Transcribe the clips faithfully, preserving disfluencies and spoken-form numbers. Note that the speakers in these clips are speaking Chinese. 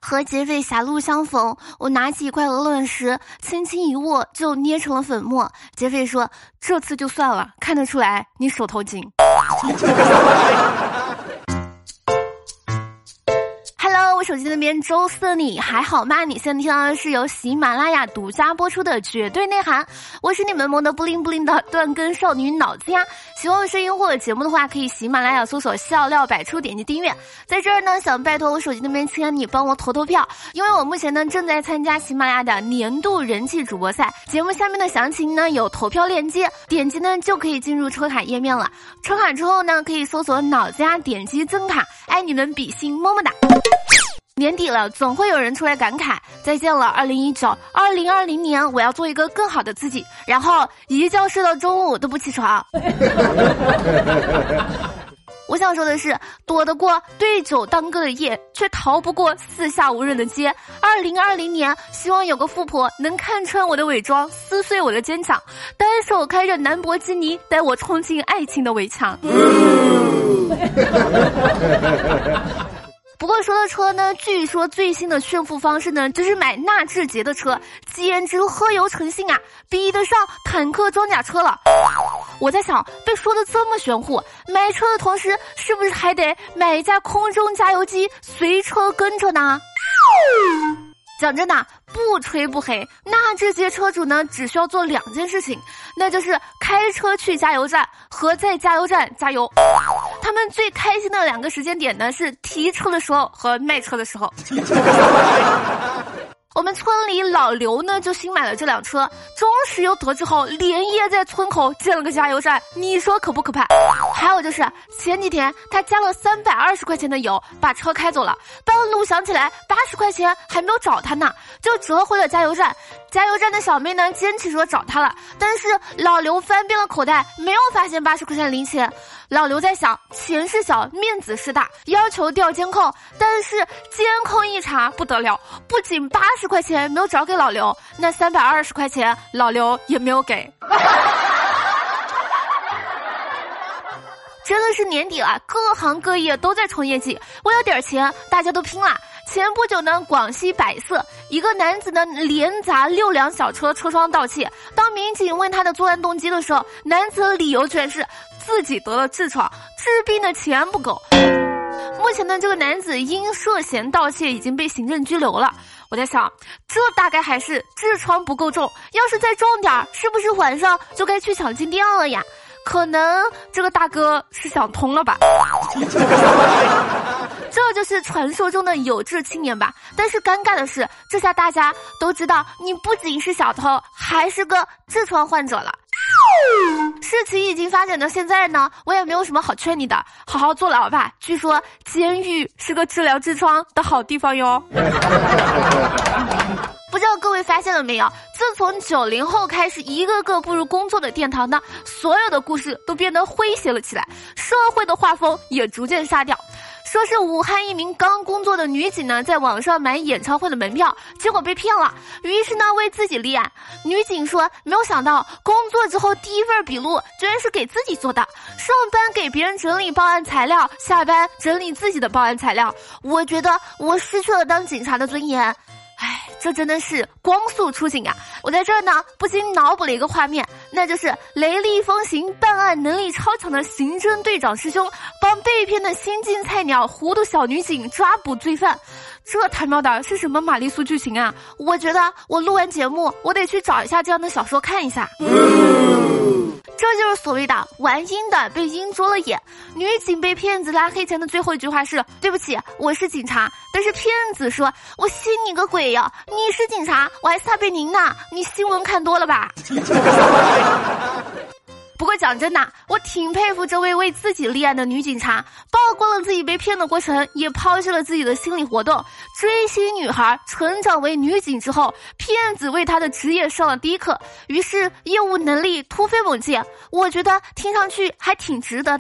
和劫匪狭路相逢，我拿起一块鹅卵石，轻轻一握就捏成了粉末。劫匪说：“这次就算了，看得出来你手头紧。”我手机那边周四你还好吗？你现在听到的是由喜马拉雅独家播出的绝对内涵，我是你们萌的不灵不灵的断根少女脑子呀。喜欢我声音或者节目的话，可以喜马拉雅搜索笑料百出，点击订阅。在这儿呢，想拜托我手机那边亲爱的你帮我投投票，因为我目前呢正在参加喜马拉雅的年度人气主播赛，节目下面的详情呢有投票链接，点击呢就可以进入抽卡页面了。抽卡之后呢，可以搜索脑子呀，点击增卡，爱你们比心，么么哒。年底了，总会有人出来感慨再见了二零一九，二零二零年我要做一个更好的自己，然后一觉睡到中午都不起床。我想说的是，躲得过对酒当歌的夜，却逃不过四下无人的街。二零二零年，希望有个富婆能看穿我的伪装，撕碎我的坚强，单手开着兰博基尼，带我冲进爱情的围墙。不过说到车呢，据说最新的炫富方式呢，就是买纳智捷的车，简直喝油成性啊，比得上坦克装甲车了。我在想，被说的这么玄乎，买车的同时是不是还得买一架空中加油机随车跟着呢？讲真的，不吹不黑，纳智捷车主呢只需要做两件事情，那就是开车去加油站和在加油站加油。他们最开心的两个时间点呢是提车的时候和卖车的时候。我们村里老刘呢就新买了这辆车，中石油得知后连夜在村口建了个加油站，你说可不可怕？还有就是前几天他加了三百二十块钱的油，把车开走了，半路想起来八十块钱还没有找他呢，就折回了加油站。加油站的小妹呢坚持说找他了，但是老刘翻遍了口袋，没有发现八十块钱零钱。老刘在想，钱是小，面子是大，要求调监控，但是监控一查不得了，不仅八十块钱没有找给老刘，那三百二十块钱老刘也没有给。真的是年底了，各行各业都在冲业绩，为了点钱大家都拼了。前不久呢，广西百色一个男子呢连砸六辆小车车窗盗窃，当民警问他的作案动机的时候，男子的理由全是自己得了痔疮，治病的钱不够。目前呢，这个男子因涉嫌盗窃已经被行政拘留了。我在想，这大概还是痔疮不够重，要是再重点儿，是不是晚上就该去抢金店了呀？可能这个大哥是想通了吧。这就是传说中的有志青年吧。但是尴尬的是，这下大家都知道你不仅是小偷，还是个痔疮患者了。事情已经发展到现在呢，我也没有什么好劝你的，好好坐牢吧。据说监狱是个治疗痔疮的好地方哟。不知道各位发现了没有，自从九零后开始一个个步入工作的殿堂呢，所有的故事都变得诙谐了起来，社会的画风也逐渐沙掉。说是武汉一名刚工作的女警呢，在网上买演唱会的门票，结果被骗了，于是呢为自己立案。女警说，没有想到工作之后第一份笔录居然是给自己做的，上班给别人整理报案材料，下班整理自己的报案材料。我觉得我失去了当警察的尊严。唉，这真的是光速出警啊！我在这儿呢，不禁脑补了一个画面，那就是雷厉风行、办案能力超强的刑侦队长师兄，帮被骗的新晋菜鸟糊涂小女警抓捕罪犯。这他喵的是什么玛丽苏剧情啊？我觉得我录完节目，我得去找一下这样的小说看一下。这就是所谓的玩阴的被阴捉了眼。女警被骗子拉黑前的最后一句话是，对不起，我是警察。但是骗子说，我信你个鬼呀，你是警察，我还撒贝宁呢，你新闻看多了吧。不过讲真的，我挺佩服这位为自己立案的女警察，曝光了自己被骗的过程，也抛弃了自己的心理活动。追星女孩成长为女警之后，骗子为她的职业上了第一课，于是业务能力突飞猛进，我觉得听上去还挺值得的。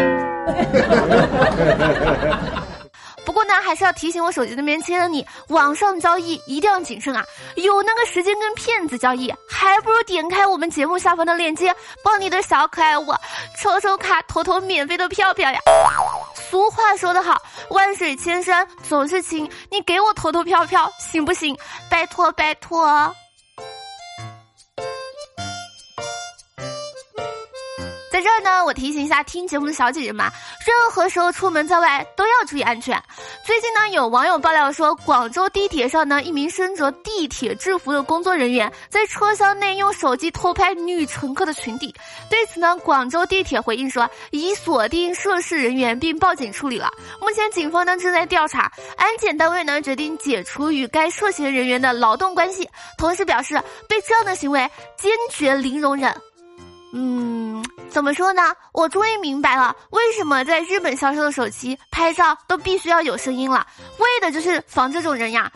不过呢，还是要提醒我手机那边亲的你，网上交易一定要谨慎啊！有那个时间跟骗子交易，还不如点开我们节目下方的链接，帮你的小可爱我抽抽卡，投投免费的票票呀！ 俗话说得好，万水千山总是情，你给我投投票票行不行？拜托拜托。在这儿呢，我提醒一下听节目的小姐姐们，任何时候出门在外都要注意安全。最近呢，有网友爆料说，广州地铁上呢，一名身着地铁制服的工作人员在车厢内用手机偷拍女乘客的裙底。对此呢，广州地铁回应说，已锁定涉事人员并报警处理了。目前警方呢正在调查，安检单位呢决定解除与该涉嫌人员的劳动关系，同时表示对这样的行为坚决零容忍。嗯，怎么说呢？我终于明白了，为什么在日本销售的手机拍照都必须要有声音了，为的就是防这种人呀。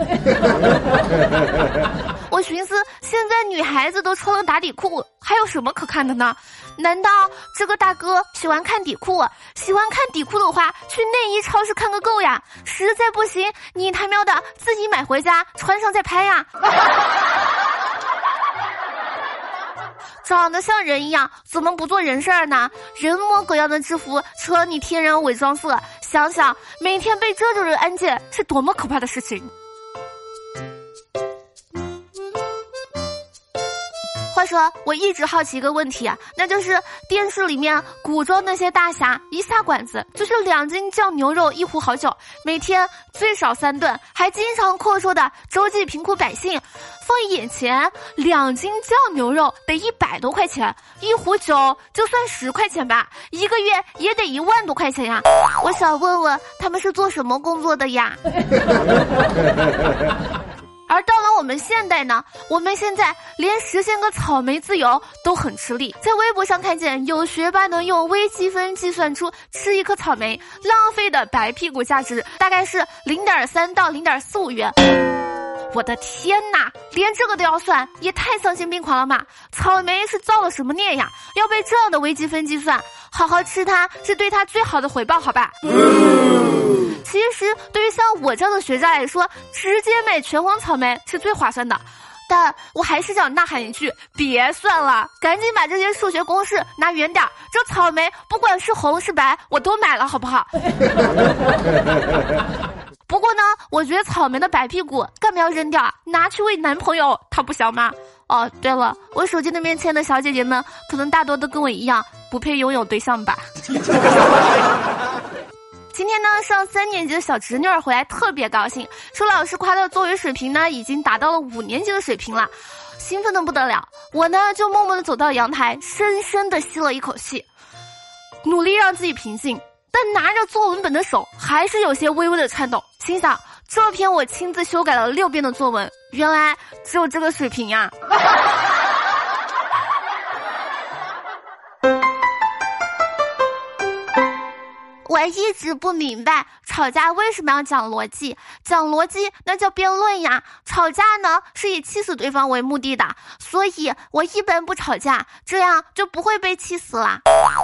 我寻思，现在女孩子都穿了打底裤，还有什么可看的呢？难道这个大哥喜欢看底裤？喜欢看底裤的话，去内衣超市看个够呀！实在不行，你他喵的自己买回家穿上再拍呀！长得像人一样，怎么不做人事儿呢？人模狗样的制服，扯你天然伪装色，想想每天被这种人安检是多么可怕的事情。话说，我一直好奇一个问题啊，那就是电视里面古装那些大侠一下馆子就是两斤酱牛肉一壶好酒，每天最少三顿，还经常阔绰的周济贫苦百姓。放眼前，两斤酱牛肉得一百多块钱，一壶酒就算十块钱吧，一个月也得一万多块钱呀！我想问问，他们是做什么工作的呀？而到了我们现代呢，我们现在连实现个草莓自由都很吃力。在微博上看见有学霸呢用微积分计算出吃一颗草莓浪费的白屁股价值大概是 零点三到零点四五元。我的天哪，连这个都要算，也太丧心病狂了嘛！草莓是造了什么孽呀？要被这样的微积分计算，好好吃它是对它最好的回报，好吧？嗯、其实对于像我这样的学渣来说，直接买全黄草莓是最划算的。但我还是想呐喊一句，别算了，赶紧把这些数学公式拿远点，这草莓不管是红是白，我都买了，好不好？不过呢，我觉得草莓的白屁股干嘛要扔掉啊？拿去喂男朋友，他不香吗？哦，对了，我手机那边签的小姐姐们，可能大多都跟我一样，不配拥有对象吧。今天呢，上三年级的小侄女儿回来特别高兴，说老师夸的作文水平呢，已经达到了五年级的水平了，兴奋的不得了。我呢，就默默的走到阳台，深深的吸了一口气，努力让自己平静。但拿着作文本的手还是有些微微的颤抖，心想这篇我亲自修改了六遍的作文，原来只有这个水平呀。我一直不明白吵架为什么要讲逻辑，讲逻辑那叫辩论呀，吵架呢是以气死对方为目的的，所以我一般不吵架，这样就不会被气死啦。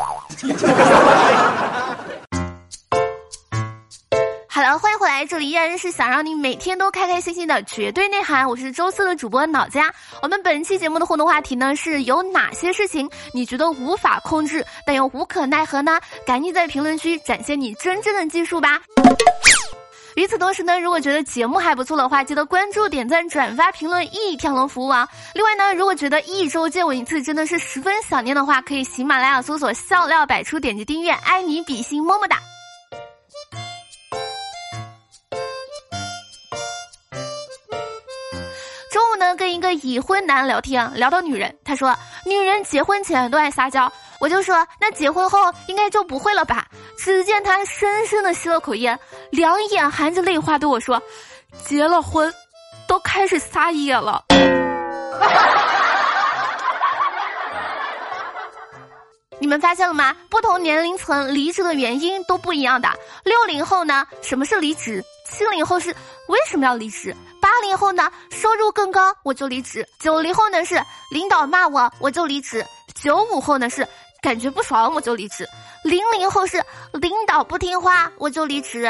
好了，欢迎回来，这里依然是想让你每天都开开心心的绝对内涵，我是周四的主播脑家。我们本期节目的互动话题呢，是有哪些事情你觉得无法控制但又无可奈何呢？赶紧在评论区展现你真正的技术吧。与此同时呢，如果觉得节目还不错的话，记得关注、点赞、转发、评论一条龙服务啊。另外呢，如果觉得一周见我一次真的是十分想念的话，可以喜马拉雅搜索笑料百出，点击订阅，爱你比心，么么哒。中午呢，跟一个已婚男聊天，聊到女人，他说女人结婚前都爱撒娇，我就说那结婚后应该就不会了吧。只见他深深的吸了口烟，两眼含着泪花对我说，结了婚都开始撒野了。你们发现了吗？不同年龄层离职的原因都不一样的。六零后呢，什么是离职？七零后是为什么要离职？八零后呢，收入更高我就离职。九零后呢是领导骂我我就离职。九五后呢是感觉不爽我就离职。零零后是领导不听话我就离职。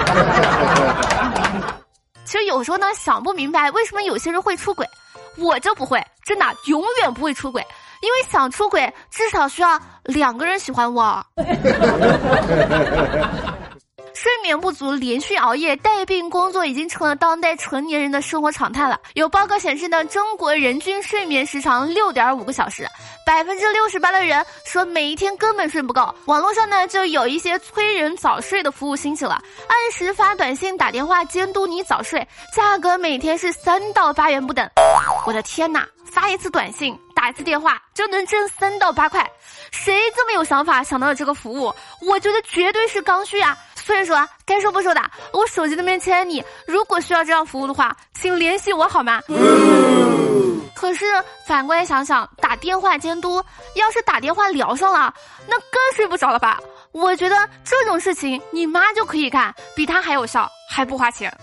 其实有时候呢，想不明白为什么有些人会出轨，我就不会，真的永远不会出轨。因为想出轨至少需要两个人喜欢我。 睡眠不足、连续熬夜、带病工作已经成了当代成年人的生活常态了。有报告显示呢，中国人均睡眠时长 六点五个小时，百分之六十八的人说每一天根本睡不够。网络上呢就有一些催人早睡的服务兴起了，按时发短信、打电话监督你早睡，价格每天是三到八元不等。我的天哪！发一次短信，打一次电话就能挣三到八块，谁这么有想法想到了这个服务？我觉得绝对是刚需啊！所以说，该说不说的，我手机那边签你，如果需要这样服务的话，请联系我好吗？嗯、可是反过来想想，打电话监督，要是打电话聊上了，那更睡不着了吧？我觉得这种事情你妈就可以干，比她还有效，还不花钱。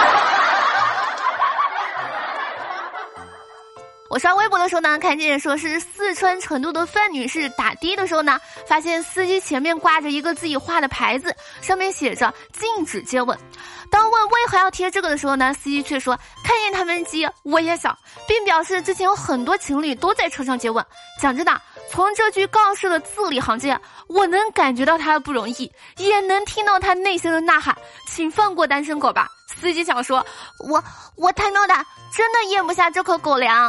我刷微博的时候呢，看见说是四川成都的范女士打的的时候呢，发现司机前面挂着一个自己画的牌子，上面写着禁止接吻。当问为何要贴这个的时候呢，司机却说看见他们接我也想，并表示之前有很多情侣都在车上接吻。讲真的，从这句告示的字里行间，我能感觉到他的不容易，也能听到他内心的呐喊，请放过单身狗吧。司机想说，我我太妙的，真的咽不下这口狗粮。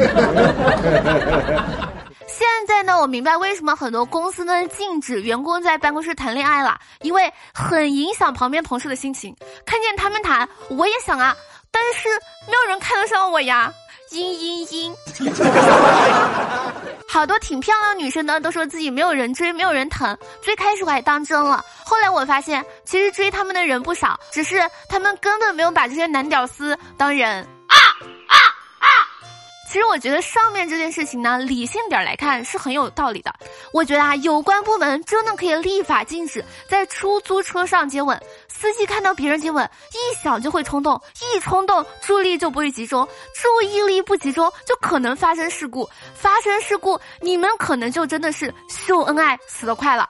现在呢，我明白为什么很多公司呢禁止员工在办公室谈恋爱了，因为很影响旁边同事的心情。看见他们谈，我也想啊，但是没有人看得上我呀。嘤嘤嘤。好多挺漂亮的女生呢都说自己没有人追，没有人疼。最开始我还当真了，后来我发现其实追他们的人不少，只是他们根本没有把这些男屌丝当人。啊啊啊！其实我觉得上面这件事情呢，理性点来看是很有道理的。我觉得啊，有关部门真的可以立法禁止在出租车上接吻。司机看到别人接吻，一想就会冲动，一冲动注意力就不会集中，注意力不集中就可能发生事故，发生事故你们可能就真的是秀恩爱死得快了。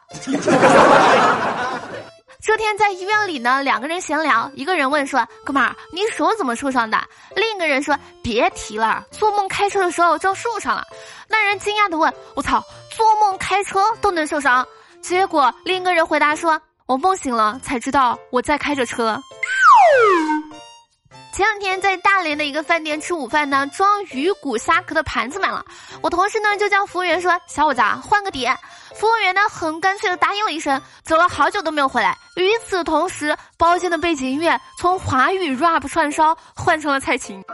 这天在医院里呢，两个人闲聊，一个人问说，哥们儿，你手怎么受伤的？另一个人说，别提了，做梦开车的时候撞树上了。那人惊讶地问，我操，做梦开车都能受伤？结果另一个人回答说，我梦醒了才知道我在开着车。前两天在大连的一个饭店吃午饭呢，装鱼骨虾壳的盘子满了，我同事呢就叫服务员说，小伙子啊，换个碟。服务员呢很干脆的答应了一声，走了好久都没有回来。与此同时，包间的背景音乐从华语 rap 串烧换成了蔡琴。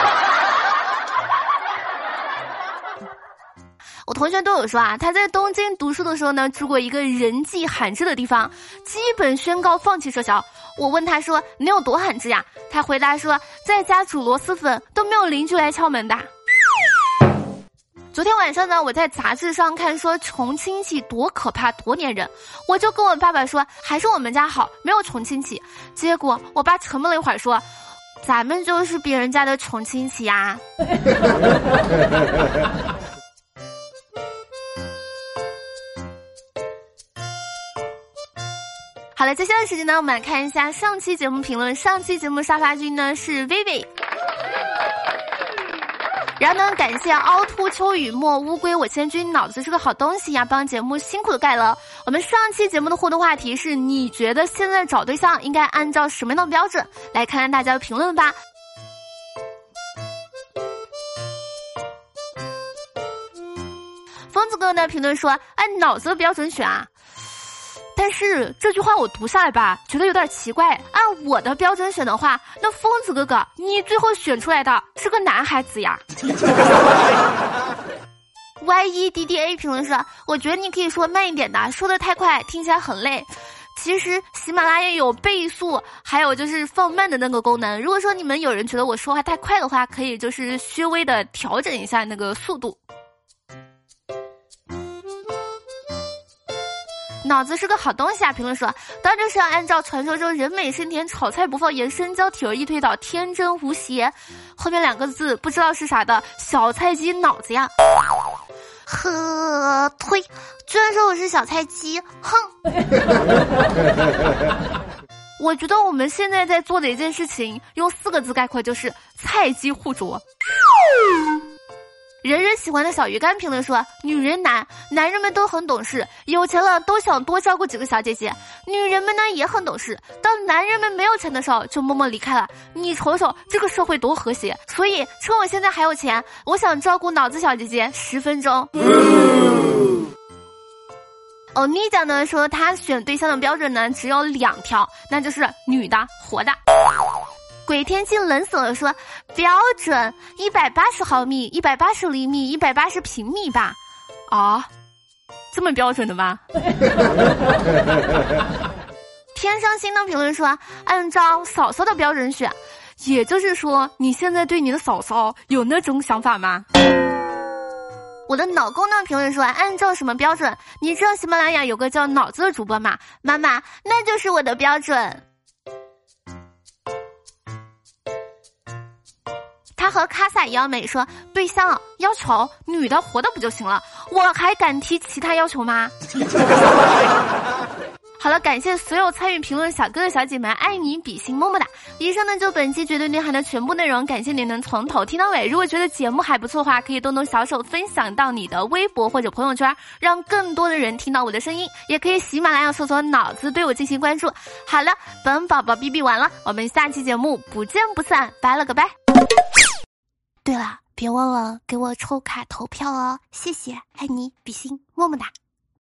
我同学都有说啊，他在东京读书的时候呢，住过一个人迹罕至的地方，基本宣告放弃社交。我问他说，你有多罕至呀？他回答说，在家煮螺蛳粉都没有邻居来敲门的。昨天晚上呢，我在杂志上看说穷亲戚多可怕多粘人，我就跟我爸爸说，还是我们家好，没有穷亲戚。结果我爸沉默了一会儿说，咱们就是别人家的穷亲戚呀。好了，接下来的时间呢，我们来看一下上期节目评论。上期节目沙发君呢是薇薇，然后呢，感谢凹凸秋雨墨乌龟我千军脑子是个好东西呀，帮节目辛苦的盖了。我们上期节目的互动话题是，你觉得现在找对象应该按照什么样的标准？来看看大家的评论吧。疯子哥呢评论说，按脑子的标准选啊。但是这句话我读下来吧，觉得有点奇怪。按我的标准选的话，那疯子哥哥，你最后选出来的是个男孩子呀。Y E D D A 评论说，我觉得你可以说慢一点的，说的太快听起来很累。其实喜马拉雅有倍速，还有就是放慢的那个功能。如果说你们有人觉得我说话太快的话，可以就是稍微的调整一下那个速度。脑子是个好东西啊！评论说，当然是要按照传说中人美声甜，炒菜不放盐，深交体儿一推倒，天真无邪。后面两个字不知道是啥的，小菜鸡脑子呀！呵，推，居然说我是小菜鸡，哼！我觉得我们现在在做的一件事情，用四个字概括就是菜鸡互啄。 人人喜欢的小鱼干评论说，女人难，男人们都很懂事，有钱了都想多照顾几个小姐姐，女人们呢也很懂事，当男人们没有钱的时候就默默离开了。你瞅瞅这个社会多和谐，所以趁我现在还有钱，我想照顾脑子小姐姐十分钟。欧尼酱呢说，他选对象的标准呢只有两条，那就是女的活的。鬼天气冷死了说，标准一百八十毫米、一百八十厘米、一百八十平米吧。啊，这么标准的吗？天上星的评论说，按照嫂嫂的标准选，也就是说你现在对你的嫂嫂有那种想法吗？我的脑公呢评论说，按照什么标准？你知道喜马拉雅有个叫脑子的主播吗？妈妈，那就是我的标准。他和卡萨一样美说，对象要求女的活的不就行了，我还敢提其他要求吗？好了，感谢所有参与评论小哥哥小姐们，爱你比心，么么哒。以上呢就本期绝对内涵的全部内容，感谢你能从头听到尾。如果觉得节目还不错的话，可以动动小手分享到你的微博或者朋友圈，让更多的人听到我的声音。也可以喜马拉雅搜索脑子对我进行关注。好了，本宝宝哔哔完了，我们下期节目不见不散，拜了个拜。对了，别忘了给我抽卡投票哦，谢谢，爱你比心，么么哒。